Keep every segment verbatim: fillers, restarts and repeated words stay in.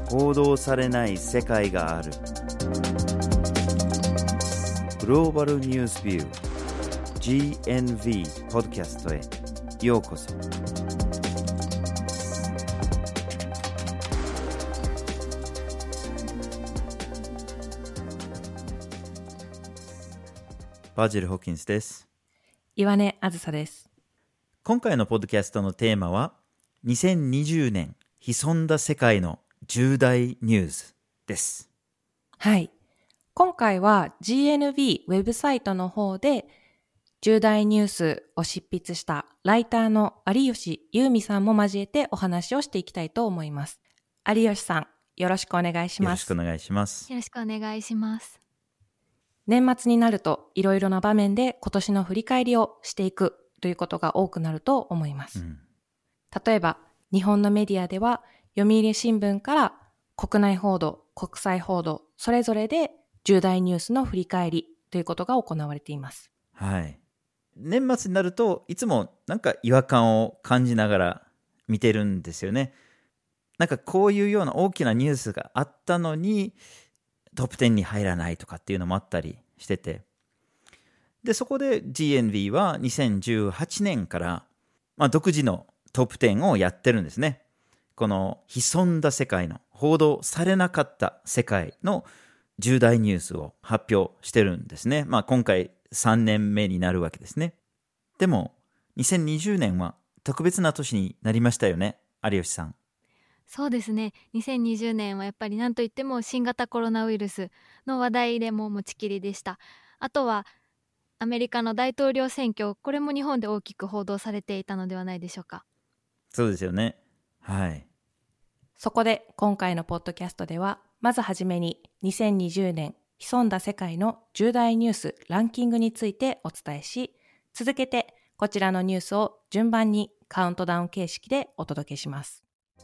報道されない世界がある。グローバルニュースビュー ジーエヌブイ ポッドキャストへようこそ。バジル・ホーキンスです。 岩根あずさです。 今回のポッドキャストのテーマはにせんにじゅうねん潜んだ世界の重大ニュースです。 はい。今回は ジーエヌビー ウェブサイトの方で重大ニュースを執筆したライターの有吉優美さんも交えてお話をしていきたいと思います。有吉さん、よろしくお願いします。 よろしくお願いします。 よろしくお願いします。 年末になるといろいろな場面で今年の振り返りをしていくということが多くなると思います。うん、例えば日本のメディアでは読売新聞から国内報道、国際報道、それぞれで重大ニュースの振り返りということが行われています。 はい。年末になるといつもなんか違和感を感じながら見てるんですよね。なんかこういうような大きなニュースがあったのにトップじゅうに入らないとかっていうのもあったりしてて、でそこで ジーエヌビー はにせんじゅうはちねんから、まあ、独自のトップじゅうをやってるんですね。この潜んだ世界の報道されなかった世界の重大ニュースを発表してるんですね。まあ今回さんねんめになるわけですね。でもにせんにじゅうねんは特別な年になりましたよね、有吉さん。 そうですね。にせんにじゅうねんはやっぱり何といっても新型コロナウイルスの話題でも持ちきりでした。あとはアメリカの大統領選挙、これも日本で大きく報道されていたのではないでしょうか。 そうですよね。はい。 そこで今回のポッドキャストでは、まずはじめににせんにじゅうねん潜んだ世界の重大ニュースランキングについてお伝えし、続けてこちらのニュースを順番にカウントダウン形式でお届けします。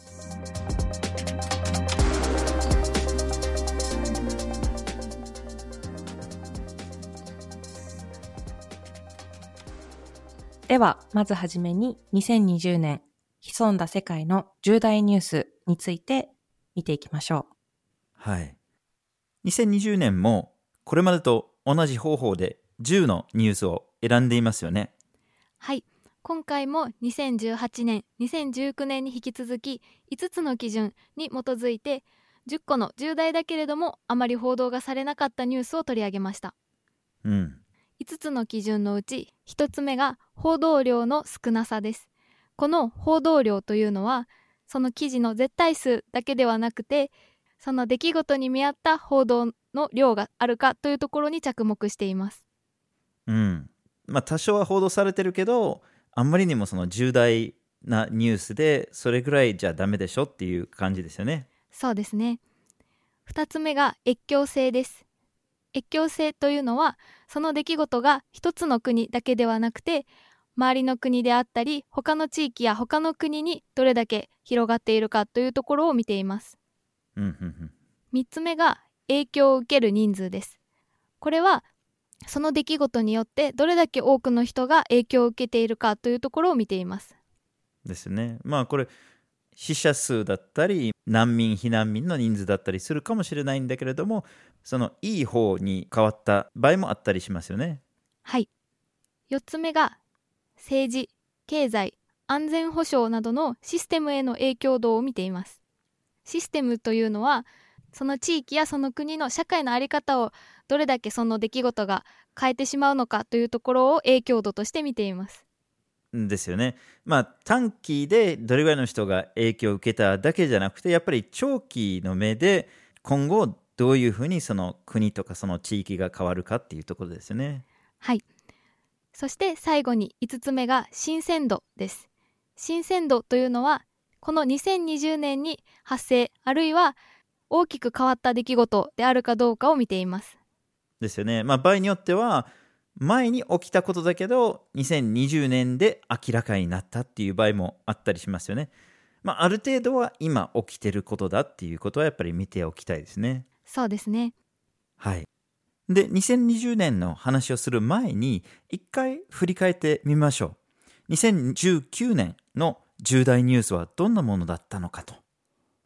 では、まずはじめににせんにじゅうねん潜んだ世界の重大ニュースについて見ていきましょう。 はい。にせんにじゅうねんもこれまでと同じ方法でじゅうのニュースを選んでいますよね。 はい。今回もにせんじゅうはちねん、にせんじゅうきゅうねんに引き続きいつつの基準に基づいてじゅっこの重大だけれどもあまり報道がされなかったニュースを取り上げました。 うん。 いつつの基準のうちひとつめが報道量の少なさです。この報道量というのはその記事の絶対数だけではなくて、その出来事に見合った報道の量があるかというところに着目しています。 うん。まあ多少は報道されてるけど、あんまりにもその重大なニュースでそれぐらいじゃダメでしょっていう感じですよね。 そうですね。ふたつめが越境性です。越境性というのはその出来事が一つの国だけではなくて周りの国であったり他の地域や他の国にどれだけ広がっているかというところを見ています。 うんうんうん、 みっつめが影響を受ける人数です。これはその出来事によってどれだけ多くの人が影響を受けているかというところを見ています。 ですね。まあこれ死者数だったり難民避難民の人数だったりするかもしれないんだけれども、そのいい方に変わった場合もあったりしますよね。 はい。よっつめが政治、経済、安全保障などのシステムへの影響度を見ています。システムというのはその地域やその国の社会の在り方をどれだけその出来事が変えてしまうのかというところを影響度として見ています。 ですよね。まあ短期でどれぐらいの人が影響を受けただけじゃなくて、やっぱり長期の目で今後どういうふうにその国とかその地域が変わるかっていうところですよね。 はい。そして最後にいつつめが新鮮度です。新鮮度というのはこのにせんにじゅうねんに発生あるいは大きく変わった出来事であるかどうかを見ています。 ですよね。まあ場合によっては前に起きたことだけどにせんにじゅうねんで明らかになったっていう場合もあったりしますよね。まあある程度は今起きてることだっていうことはやっぱり見ておきたいですね。 そうですね。 はい。でにせんにじゅうねんの話をする前に一回振り返ってみましょう。にせんじゅうきゅうねんの重大ニュースはどんなものだったのかと。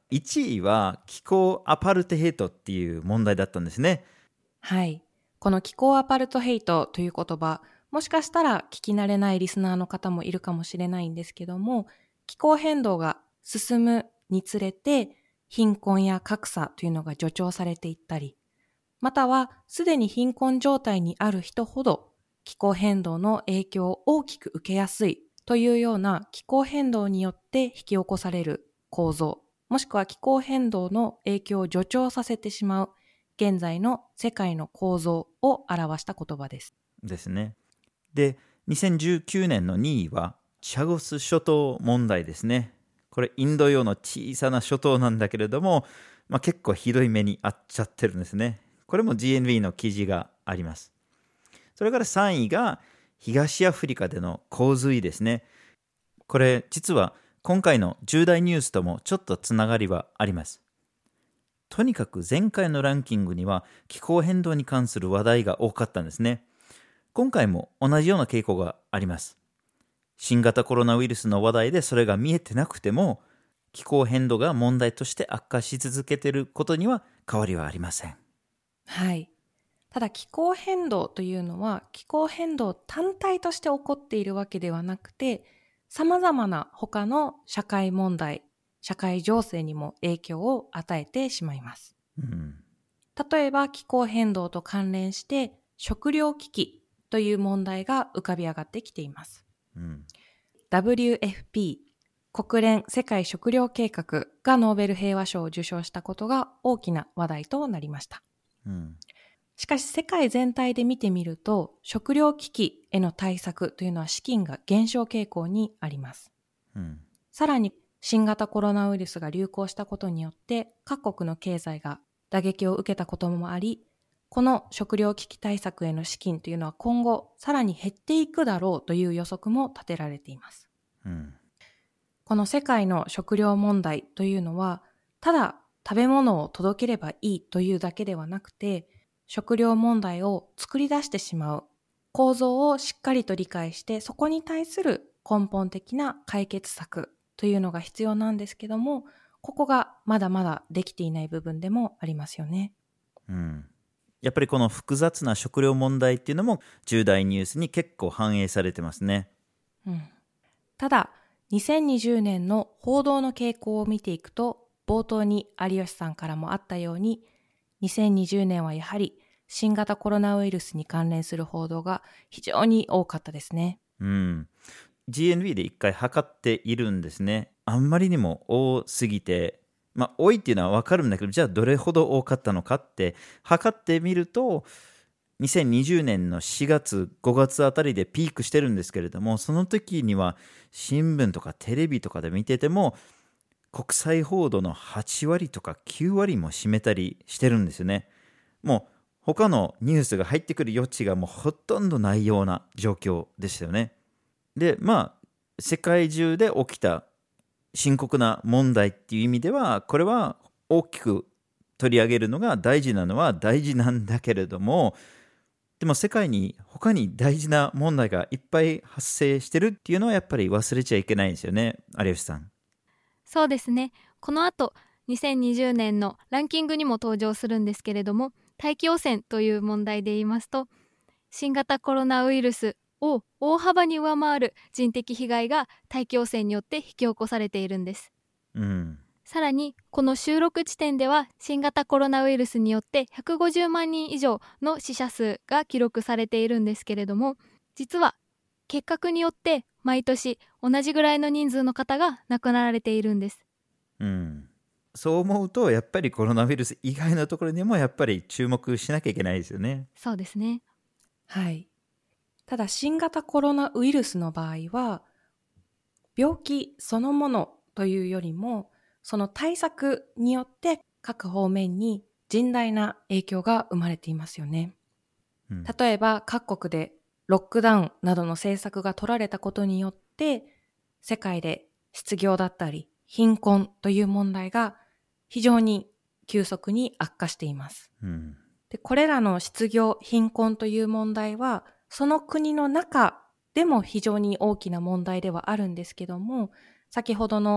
いちいは気候アパルトヘイトっていう問題だったんですね。 はい。この気候アパルトヘイトという言葉、もしかしたら聞き慣れないリスナーの方もいるかもしれないんですけども、気候変動が進むにつれて貧困や格差というのが助長されていったり、またはすでに貧困状態にある人ほど気候変動の影響を大きく受けやすいというような気候変動によって引き起こされる構造、もしくは気候変動の影響を助長させてしまう現在の世界の構造を表した言葉です。 ですね。で、にせんじゅうきゅうねんのにいはチャゴス諸島問題ですね。これインド洋の小さな諸島なんだけれども、まあ、結構ひどい目に遭っちゃってるんですね。これも ジーエヌビー の記事があります。それからさんいが東アフリカでの洪水ですね。これ実は今回の重大ニュースともちょっとつながりはあります。とにかく前回のランキングには気候変動に関する話題が多かったんですね。今回も同じような傾向があります。新型コロナウイルスの話題でそれが見えてなくても、気候変動が問題として悪化し続けていることには変わりはありません。 はい。ただ気候変動というのは気候変動単体として起こっているわけではなくて、様々な他の社会問題、社会情勢にも影響を与えてしまいます。 うん、 例えば気候変動と関連して食糧危機という問題が浮かび上がってきています。 うん、 ダブリューエフピー 国連世界食糧計画がノーベル平和賞を受賞したことが大きな話題となりました。 うん、 しかし世界全体で見てみると食糧危機への対策というのは資金が減少傾向にあります。 うん、 さらに新型コロナウイルスが流行したことによって各国の経済が打撃を受けたこともあり、この食糧危機対策への資金というのは今後さらに減っていくだろうという予測も立てられています。 うん、 この世界の食糧問題というのはただ食べ物を届ければいいというだけではなくて、食糧問題を作り出してしまう構造をしっかりと理解して、そこに対する根本的な解決策というのが必要なんですけども、ここがまだまだできていない部分でもありますよね。 うん、やっぱりこの複雑な食糧問題っていうのも重大ニュースに結構反映されてますね。 うん、ただにせんにじゅうねんの報道の傾向を見ていくと、冒頭に有吉さんからもあったように、にせんにじゅうねんはやはり新型コロナウイルスに関連する報道が非常に多かったですね。 うん、ジーエヌビー で一回測っているんですね。あんまりにも多すぎて、まあ多いっていうのは分かるんだけど、じゃあどれほど多かったのかって測ってみると、にせんにじゅうねんのしがつごがつあたりでピークしてるんですけれども、その時には新聞とかテレビとかで見てても国際報道のはちわりとかきゅうわりも占めたりしてるんですよね。もう他のニュースが入ってくる余地がもうほとんどないような状況でしたよね。で、まあ世界中で起きた深刻な問題っていう意味では、これは大きく取り上げるのが大事なのは大事なんだけれども、でも世界に他に大事な問題がいっぱい発生してるっていうのはやっぱり忘れちゃいけないんですよね、有吉さん。 そうですね。この後にせんにじゅうねんのランキングにも登場するんですけれども、大気汚染という問題で言いますと、新型コロナウイルスを大幅に上回る人的被害が大気汚染によって引き起こされているんです。 うん、 さらにこの収録地点では新型コロナウイルスによってひゃくごじゅうまんにん以上の死者数が記録されているんですけれども、実は結核によって毎年同じぐらいの人数の方が亡くなられているんです。 うん、そう思うとやっぱりコロナウイルス以外のところにもやっぱり注目しなきゃいけないですよね。 そうですね。 はい。ただ新型コロナウイルスの場合は、病気そのものというよりも、その対策によって各方面に甚大な影響が生まれていますよね。 うん、 例えば各国でロックダウンなどの政策が取られたことによって、世界で失業だったり貧困という問題が非常に急速に悪化しています。 うん、 で、これらの失業貧困という問題はその国の中でも非常に大きな問題ではあるんですけども、先ほどの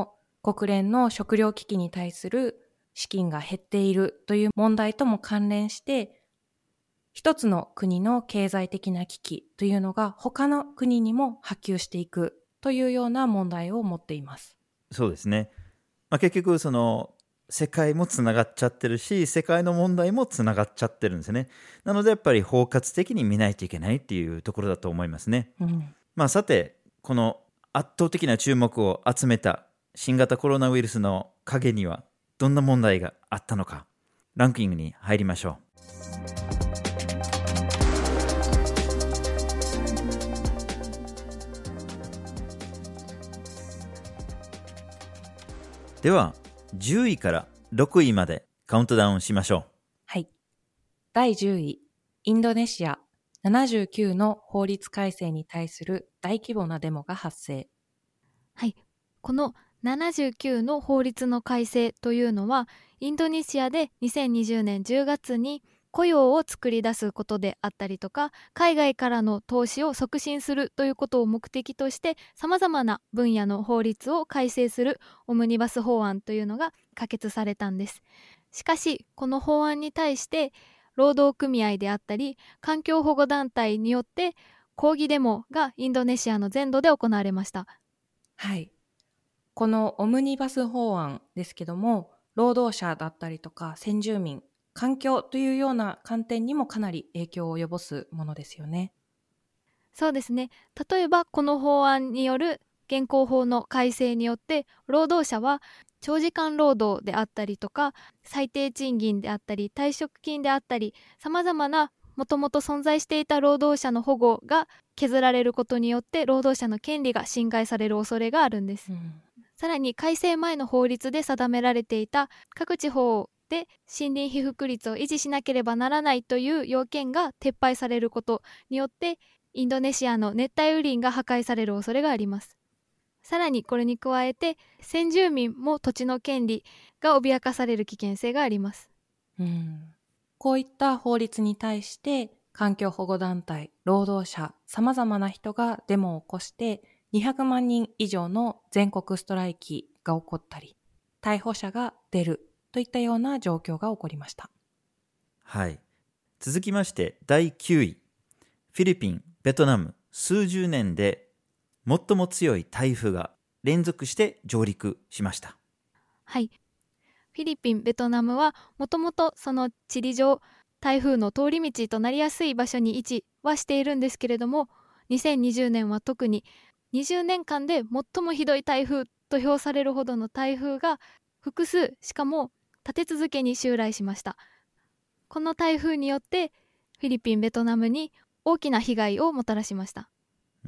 国連の食糧危機に対する資金が減っているという問題とも関連して、一つの国の経済的な危機というのが他の国にも波及していくというような問題を持っています。 そうですね。まあ、結局その世界もつながっちゃってるし、世界の問題もつながっちゃってるんですね。なのでやっぱり包括的に見ないといけないっていうところだと思いますね。 うん、 まあさて、この圧倒的な注目を集めた新型コロナウイルスの陰にはどんな問題があったのか、ランキングに入りましょう。ではじゅういからろくいまでカウントダウンしましょう。 はい。だいじゅうい、インドネシアななじゅうきゅうの法律改正に対する大規模なデモが発生。 はい。このななじゅうきゅうの法律の改正というのは、インドネシアでにせんにじゅうねんじゅうがつに雇用を作り出すことであったりとか、海外からの投資を促進するということを目的として、さまざまな分野の法律を改正するオムニバス法案というのが可決されたんです。しかし、この法案に対して労働組合であったり環境保護団体によって抗議デモがインドネシアの全土で行われました。 はい。このオムニバス法案ですけども、労働者だったりとか先住民、環境というような観点にもかなり影響を及ぼすものですよね。 そうですね。例えばこの法案による現行法の改正によって、労働者は長時間労働であったりとか最低賃金であったり退職金であったり、さまざまなもともと存在していた労働者の保護が削られることによって労働者の権利が侵害される恐れがあるんです。うん、さらに改正前の法律で定められていた各地方で森林被覆率を維持しなければならないという要件が撤廃されることによって、インドネシアの熱帯雨林が破壊される恐れがあります。さらにこれに加えて先住民も土地の権利が脅かされる危険性があります。 うん、こういった法律に対して環境保護団体、労働者、さまざまな人がデモを起こしてにひゃくまんにん以上の全国ストライキが起こったり、逮捕者が出るといったような状況が起こりました。 はい。続きましてだいきゅうい、フィリピン、ベトナム、数十年で最も強い台風が連続して上陸しました。 はい。フィリピン、ベトナムはもともとその地理上台風の通り道となりやすい場所に位置はしているんですけれども、にせんにじゅうねんは特ににじゅうねんかんで最もひどい台風と評されるほどの台風が複数、しかも立て続けに襲来しました。この台風によってフィリピン、ベトナムに大きな被害をもたらしました。 うん、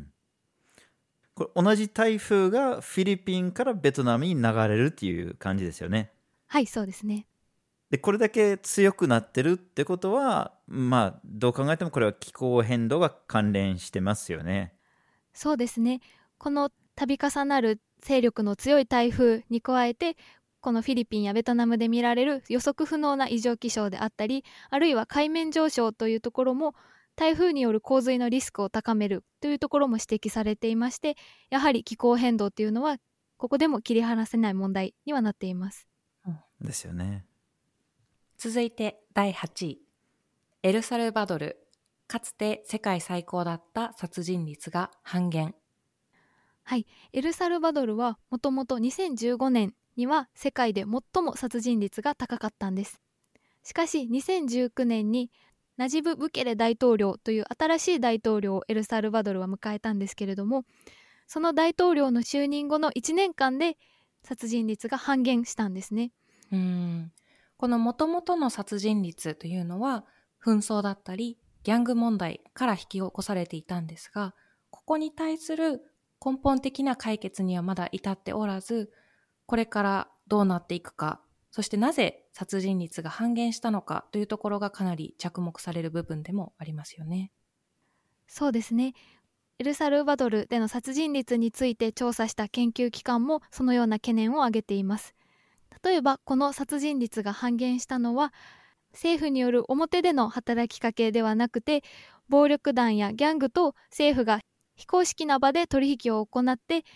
これ同じ台風がフィリピンからベトナムに流れるっていう感じですよね。 はい、そうですね。 でこれだけ強くなってるってことは、まあどう考えてもこれは気候変動が関連してますよね。 そうですね。この度重なる勢力の強い台風に加えて、このフィリピンやベトナムで見られる予測不能な異常気象であったり、あるいは海面上昇というところも台風による洪水のリスクを高めるというところも指摘されていまして、やはり気候変動というのはここでも切り離せない問題にはなっています。 うん、ですよね。 続いてだいはちい、エルサルバドル、かつて世界最高だった殺人率が半減。 はい、エルサルバドルはもともとにせんじゅうごねんには世界で最も殺人率が高かったんです。しかしにせんじゅうきゅうねんにナジブ・ブケレ大統領という新しい大統領をエルサルバドルは迎えたんですけれども、その大統領の就任後のいちねんかんで殺人率が半減したんですね。 うーんこの元々の殺人率というのは紛争だったりギャング問題から引き起こされていたんですが、ここに対する根本的な解決にはまだ至っておらず、これからどうなっていくか、そしてなぜ殺人率が半減したのかというところがかなり着目される部分でもありますよね。 そうですね。エルサルバドルでの殺人率について調査した研究機関もそのような懸念を挙げています。例えばこの殺人率が半減したのは政府による表での働きかけではなくて、暴力団やギャングと政府が非公式な場で取引を行って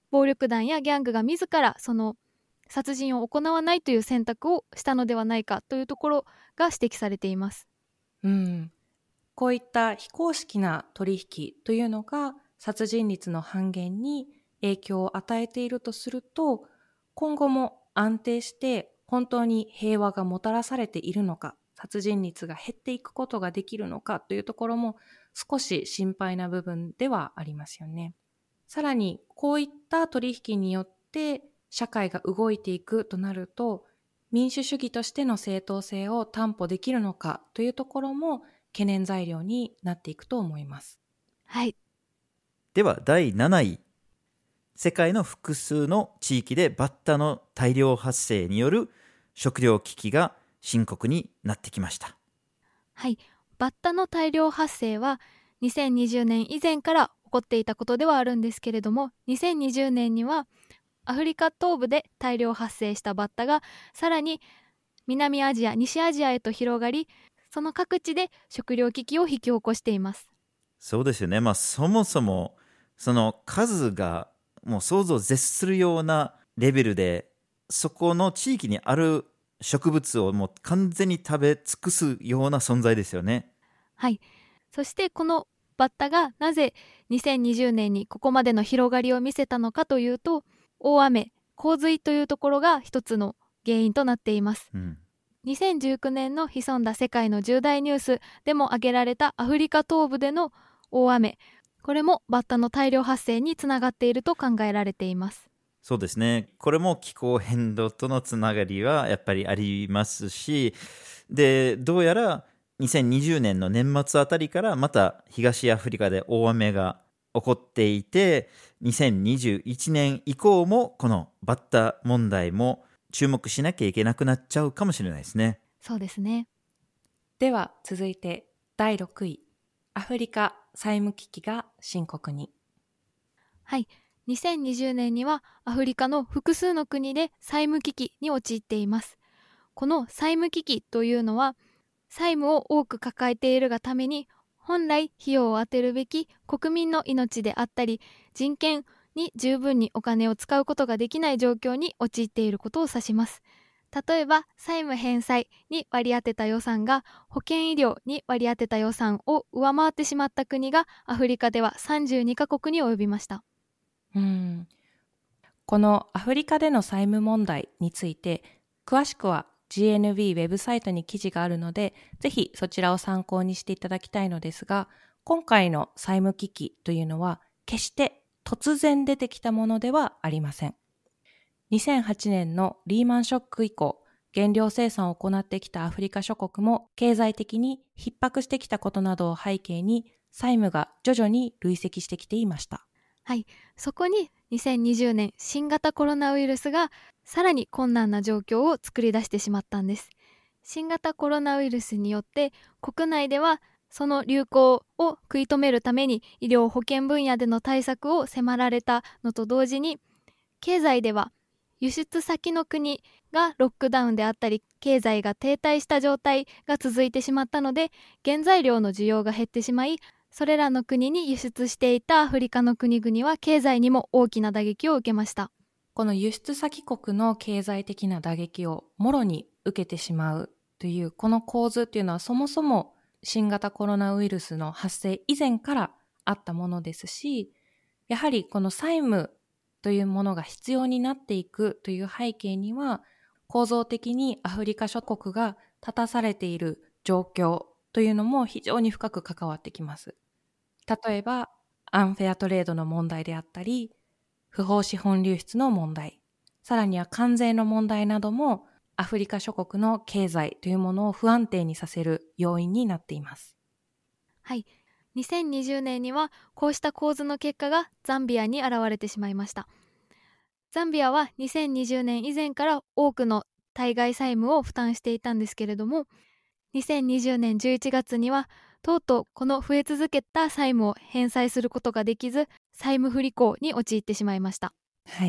暴力団やギャングが自らその殺人を行わないという選択をしたのではないかというところが指摘されています。 うん、こういった非公式な取引というのが殺人率の半減に影響を与えているとすると、今後も安定して本当に平和がもたらされているのか、殺人率が減っていくことができるのかというところも少し心配な部分ではありますよね。さらにこういった取引によって社会が動いていくとなると、民主主義としての正当性を担保できるのかというところも懸念材料になっていくと思います。 はい。 ではだいなない、世界の複数の地域でバッタの大量発生による食糧危機が深刻になってきました。 はい、バッタの大量発生はにせんにじゅうねん以前から起こっていたことではあるんですけれども、にせんにじゅうねんにはアフリカ東部で大量発生したバッタがさらに南アジア、西アジアへと広がり、その各地で食糧危機を引き起こしています。 そうですよね。まあそもそもその数がもう想像を絶するようなレベルで、そこの地域にある植物をもう完全に食べ尽くすような存在ですよね。 はい。そしてこのバッタがなぜにせんにじゅうねんにここまでの広がりを見せたのかというと、大雨、洪水というところが一つの原因となっています。うん、にせんじゅうきゅうねんの潜んだ世界の重大ニュースでも挙げられたアフリカ東部での大雨、これもバッタの大量発生につながっていると考えられています。 そうですね。これも気候変動とのつながりはやっぱりありますし、でどうやらにせんにじゅうねんの年末あたりからまた東アフリカで大雨が起こっていて、にせんにじゅういちねん以降もこのバッタ問題も注目しなきゃいけなくなっちゃうかもしれないですね。 そうですね。 では続いてだいろくい、アフリカ債務危機が深刻に。 はい、にせんにじゅうねんにはアフリカの複数の国で債務危機に陥っています。この債務危機というのは、債務を多く抱えているがために本来費用を充てるべき国民の命であったり人権に十分にお金を使うことができない状況に陥っていることを指します。例えば債務返済に割り当てた予算が保健医療に割り当てた予算を上回ってしまった国がアフリカではさんじゅうにカ国に及びました。 うん、このアフリカでの債務問題について詳しくは ジーエヌビー ウェブサイトに記事があるので、ぜひそちらを参考にしていただきたいのですが、今回の債務危機というのは決して突然出てきたものではありません。にせんはちねんのリーマンショック以降、原料生産を行ってきたアフリカ諸国も経済的に逼迫してきたことなどを背景に債務が徐々に累積してきていました。 はい、そこににせんにじゅうねん新型コロナウイルスがさらに困難な状況を作り出してしまったんです。新型コロナウイルスによって国内ではその流行を食い止めるために医療保健分野での対策を迫られたのと同時に、経済では輸出先の国がロックダウンであったり経済が停滞した状態が続いてしまったので、原材料の需要が減ってしまい、それらの国に輸出していたアフリカの国々は経済にも大きな打撃を受けました。 この輸出先国の経済的な打撃をもろに受けてしまうというこの構図というのは、そもそも新型コロナウイルスの発生以前からあったものですし、やはりこの債務というものが必要になっていくという背景には、構造的にアフリカ諸国が立たされている状況というのも非常に深く関わってきます。例えばアンフェアトレードの問題であったり、不法資本流出の問題、さらには関税の問題などもアフリカ諸国の経済というものを不安定にさせる要因になっています。 はい、にせんにじゅうねんにはこうした構図の結果がザンビアに現れてしまいました。ザンビアはにせんにじゅうねん以前から多くの対外債務を負担していたんですけれども、にせんにじゅうねんじゅういちがつにはとうとうこの増え続けた債務を返済することができず、債務不履行に陥ってしまいました。 はい。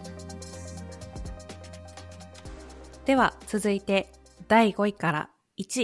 では続いてだいごいからいちい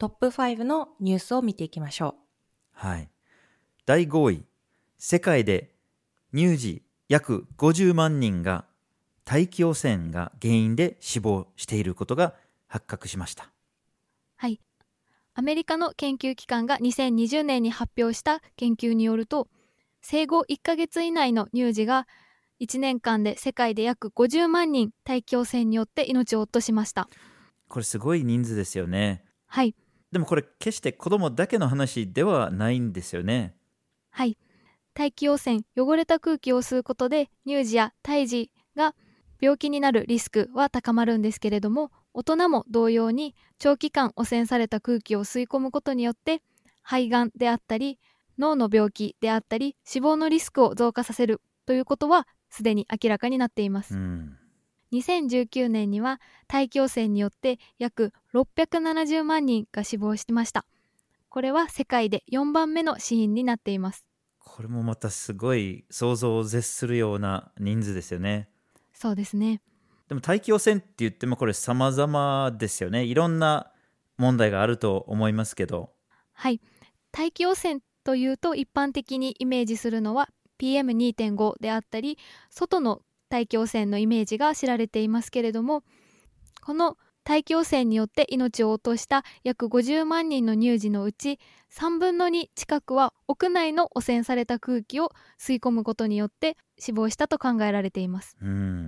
トップごのニュースを見ていきましょう。 はい。だいごい、世界で乳児約ごじゅうまんにんが大気汚染が原因で死亡していることが発覚しました。 はい。アメリカの研究機関がにせんにじゅうねんに発表した研究によると、生後いっかげつ以内の乳児がいちねんかんで世界で約ごじゅうまんにん大気汚染によって命を落としました。 これすごい人数ですよね。 はい。 でもこれ決して子供だけの話ではないんですよね。 はい。大気汚染、汚れた空気を吸うことで乳児や胎児が病気になるリスクは高まるんですけれども、大人も同様に長期間汚染された空気を吸い込むことによって肺がんであったり脳の病気であったり死亡のリスクを増加させるということはすでに明らかになっています。 うん、 にせんじゅうきゅうねんには大気汚染によって約ろっぴゃくななじゅうまんにんが死亡しました。これは世界でよんばんめの死因になっています。 これもまたすごい想像を絶するような人数ですよね。 そうですね。 でも大気汚染って言ってもこれ様々ですよね。いろんな問題があると思いますけど。 はい。大気汚染というと一般的にイメージするのは ピーエムにてんご であったり外の大気汚染のイメージが知られていますけれども、この大気汚染によって命を落とした約ごじゅうまんにんの乳児のうちさんぶんのに近くは屋内の汚染された空気を吸い込むことによって死亡したと考えられています。 うん、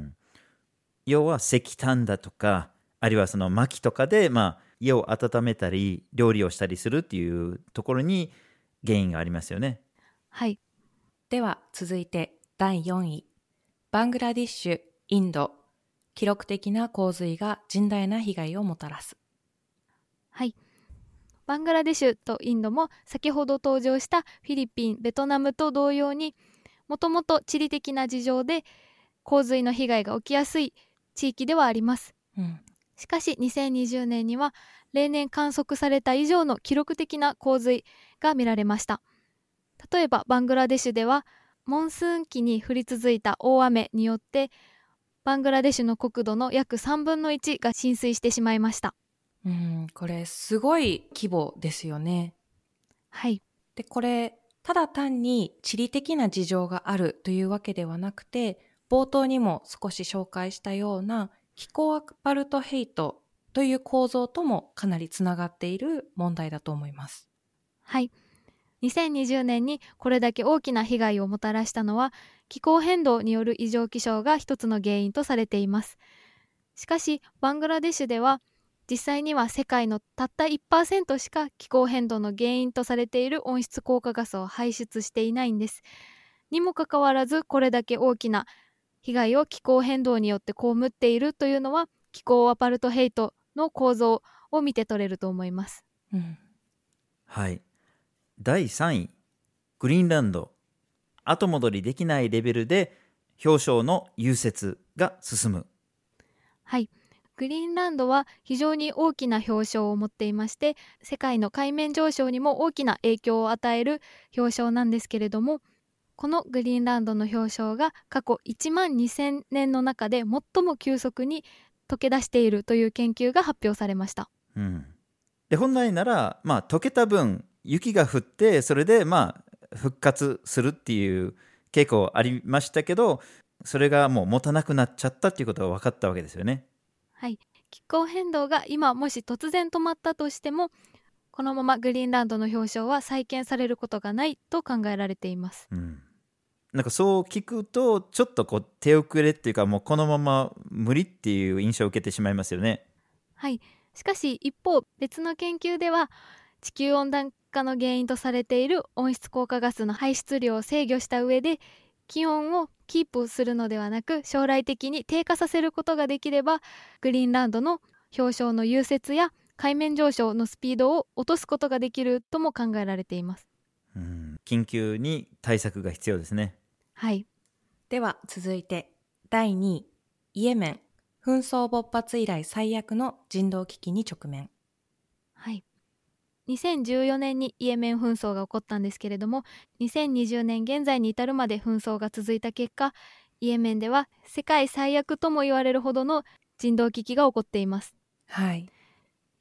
要は石炭だとかあるいはその薪とかで、まあ、家を温めたり料理をしたりするっていうところに原因がありますよね。 はい。 では続いてだいよんい、バングラディッシュ、インド、記録的な洪水が甚大な被害をもたらす。 はい。バングラデシュとインドも先ほど登場したフィリピン、ベトナムと同様にもともと地理的な事情で洪水の被害が起きやすい地域ではあります。 うん、 しかしにせんにじゅうねんには例年観測された以上の記録的な洪水が見られました。例えばバングラデシュではモンスーン期に降り続いた大雨によってバングラデシュの国土の約さんぶんのいちが浸水してしまいました。 うん、これすごい規模ですよね。 はい。 で、これただ単に地理的な事情があるというわけではなくて、冒頭にも少し紹介したような気候アパルトヘイトという構造ともかなりつながっている問題だと思います。 はい。にせんにじゅうねんにこれだけ大きな被害をもたらしたのは気候変動による異常気象が一つの原因とされています。しかしバングラデシュでは実際には世界のたった いちパーセント しか気候変動の原因とされている温室効果ガスを排出していないんです。にもかかわらずこれだけ大きな被害を気候変動によって被っているというのは気候アパルトヘイトの構造を見て取れると思います。 うん、 はい。だいさんい、グリーンランド。後戻りできないレベルで氷床の融雪が進む。 はい。グリーンランドは非常に大きな氷床を持っていまして、世界の海面上昇にも大きな影響を与える氷床なんですけれども、このグリーンランドの氷床が過去いちまんにせんねんの中で最も急速に溶け出しているという研究が発表されました。 うん、で本来なら、まあ、溶けた分雪が降ってそれでまあ復活するっていう傾向ありましたけど、それがもう持たなくなっちゃったっていうことが分かったわけですよね。 はい。気候変動が今もし突然止まったとしても、このままグリーンランドの氷床は再建されることがないと考えられています。 うん、なんかそう聞くとちょっとこう手遅れっていうか、もうこのまま無理っていう印象を受けてしまいますよね。 はい。しかし一方、別の研究では地球温暖化の原因とされている温室効果ガスの排出量を制御した上で気温をキープするのではなく、将来的に低下させることができればグリーンランドの氷床の融雪や海面上昇のスピードを落とすことができるとも考えられています。 うん、緊急に対策が必要ですね。 はい。 では続いてだいにい、イエメン、紛争勃発以来最悪の人道危機に直面。 はい。にせんじゅうよねんにイエメン紛争が起こったんですけれども、にせんにじゅうねん現在に至るまで紛争が続いた結果、イエメンでは世界最悪とも言われるほどの人道危機が起こっています。 はい。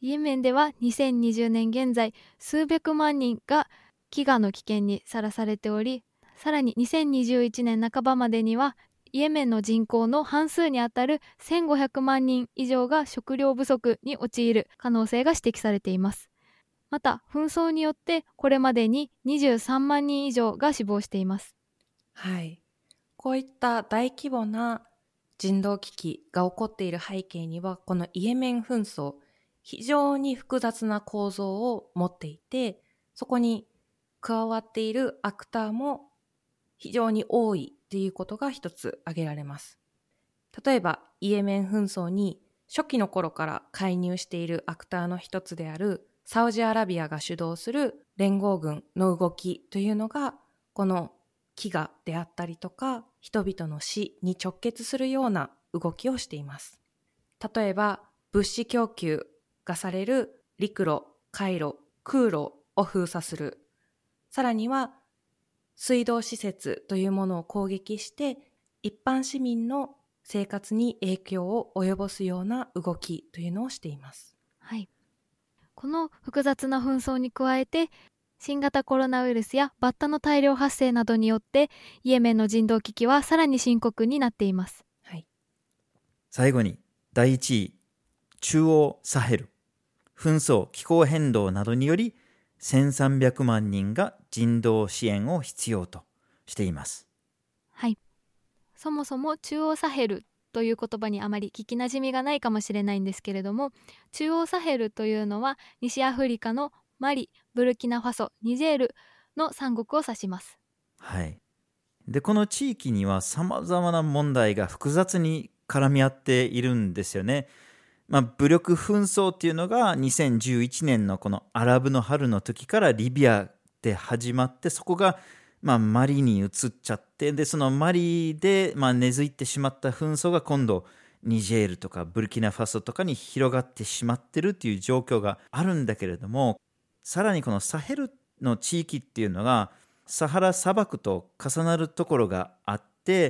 イエメンではにせんにじゅうねん現在数百万人が飢餓の危険にさらされており、さらににせんにじゅういちねん半ばまでにはイエメンの人口の半数にあたるせんごひゃくまんにん以上が食料不足に陥る可能性が指摘されています。また紛争によってこれまでににじゅうさんまんにん以上が死亡しています。 はい。こういった大規模な人道危機が起こっている背景には、このイエメン紛争、非常に複雑な構造を持っていて、そこに加わっているアクターも非常に多いということが一つ挙げられます。例えばイエメン紛争に初期の頃から介入しているアクターの一つであるサウジアラビアが主導する連合軍の動きというのが、この飢餓であったりとか人々の死に直結するような動きをしています。例えば物資供給がされる陸路、海路、空路を封鎖する。さらには水道施設というものを攻撃して一般市民の生活に影響を及ぼすような動きというのをしています。 はい。この複雑な紛争に加えて新型コロナウイルスやバッタの大量発生などによってイエメンの人道危機はさらに深刻になっています。 はい、 最後にだいいちい、中央サヘル。紛争、気候変動などによりせんさんびゃくまんにんが人道支援を必要としています。 はい。そもそも中央サヘルという言葉にあまり聞きなじみがないかもしれないんですけれども、中央サヘルというのは西アフリカのマリ、ブルキナファソ、ニジェールの三国を指します。 はい。で、この地域にはさまざまな問題が複雑に絡み合っているんですよね。まあ、武力紛争っていうのがにせんじゅういちねんのこのアラブの春の時からリビアで始まって、そこがまあマリに移っちゃって、でそのマリでまあ根付いてしまった紛争が今度ニジェールとかブルキナファソとかに広がってしまってるっていう状況があるんだけれども、さらにこのサヘルの地域っていうのがサハラ砂漠と重なるところがあって、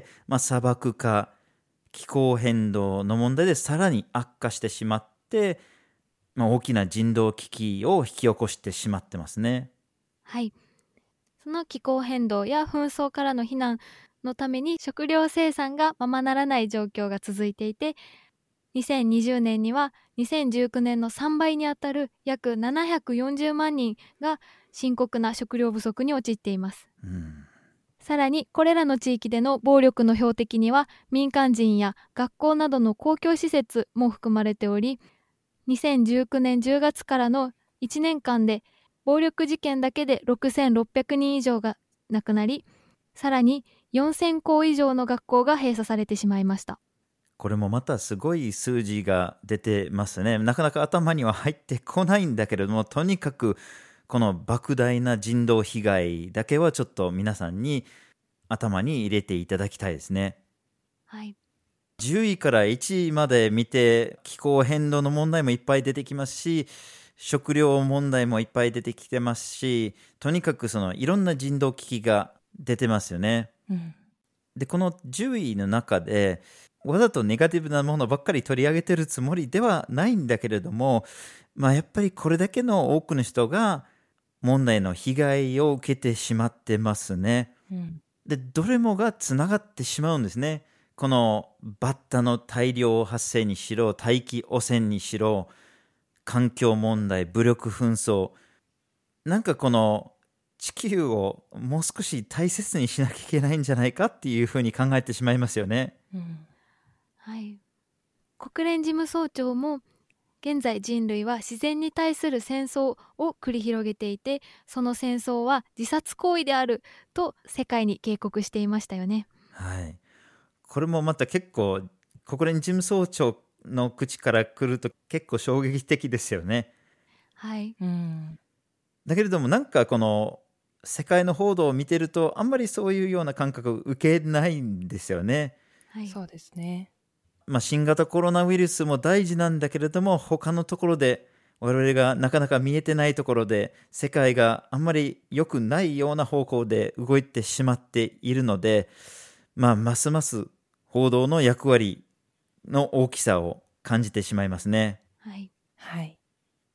まあ、砂漠化、気候変動の問題でさらに悪化してしまって、まあ、大きな人道危機を引き起こしてしまってますね。 はい。その気候変動や紛争からの避難のために食料生産がままならない状況が続いていて、にせんにじゅうねんにはにせんじゅうきゅうねんのさんばいにあたる約ななひゃくよんじゅうまんにんが深刻な食料不足に陥っています。 うん、 さらにこれらの地域での暴力の標的には民間人や学校などの公共施設も含まれており、にせんじゅうきゅうねんじゅうがつからのいちねんかんで暴力事件だけでろくせんろっぴゃくにん以上が亡くなり、さらによんせんこう以上の学校が閉鎖されてしまいました。 これもまたすごい数字が出てますね。なかなか頭には入ってこないんだけれども、とにかくこの莫大な人道被害だけはちょっと皆さんに頭に入れていただきたいですね。 はい。 じゅういからいちいまで見て、気候変動の問題もいっぱい出てきますし、食料問題もいっぱい出てきてますし、とにかくそのいろんな人道危機が出てますよね。 うん、 で、このじゅういの中でわざとネガティブなものばっかり取り上げてるつもりではないんだけれども、まあ、やっぱりこれだけの多くの人が問題の被害を受けてしまってますね。 うん、 で、どれもがつながってしまうんですね。このバッタの大量発生にしろ、大気汚染にしろ、環境問題、武力紛争、なんかこの地球をもう少し大切にしなきゃいけないんじゃないかっていうふうに考えてしまいますよね。 うん、 はい。国連事務総長も現在人類は自然に対する戦争を繰り広げていて、その戦争は自殺行為であると世界に警告していましたよね。 はい。これもまた結構国連事務総長の口から来ると結構衝撃的ですよね。 はい。 うん、 だけれどもなんかこの世界の報道を見てるとあんまりそういうような感覚を受けないんですよね。 はい。 そうですね。 まあ、新型コロナウイルスも大事なんだけれども、他のところで我々がなかなか見えてないところで世界があんまり良くないような方向で動いてしまっているので、まあ、ますます報道の役割の大きさを感じてしまいますね。 はい。 はい。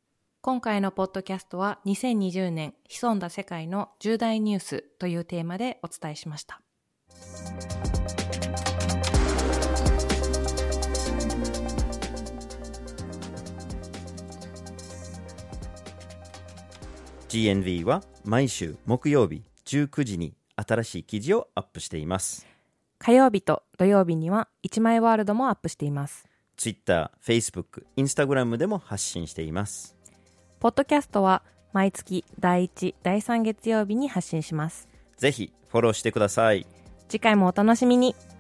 今回のポッドキャストはにせんにじゅうねん潜んだ世界の重大ニュースというテーマでお伝えしました。 ジーエヌブイ は毎週木曜日じゅうくじに新しい記事をアップしています。 火曜日と土曜日には一枚ワールドもアップしています。 Twitter、Facebook、Instagram でも発信しています。 ポッドキャストは毎月だいいち、だいさん月曜日に発信します。 ぜひフォローしてください。 次回もお楽しみに。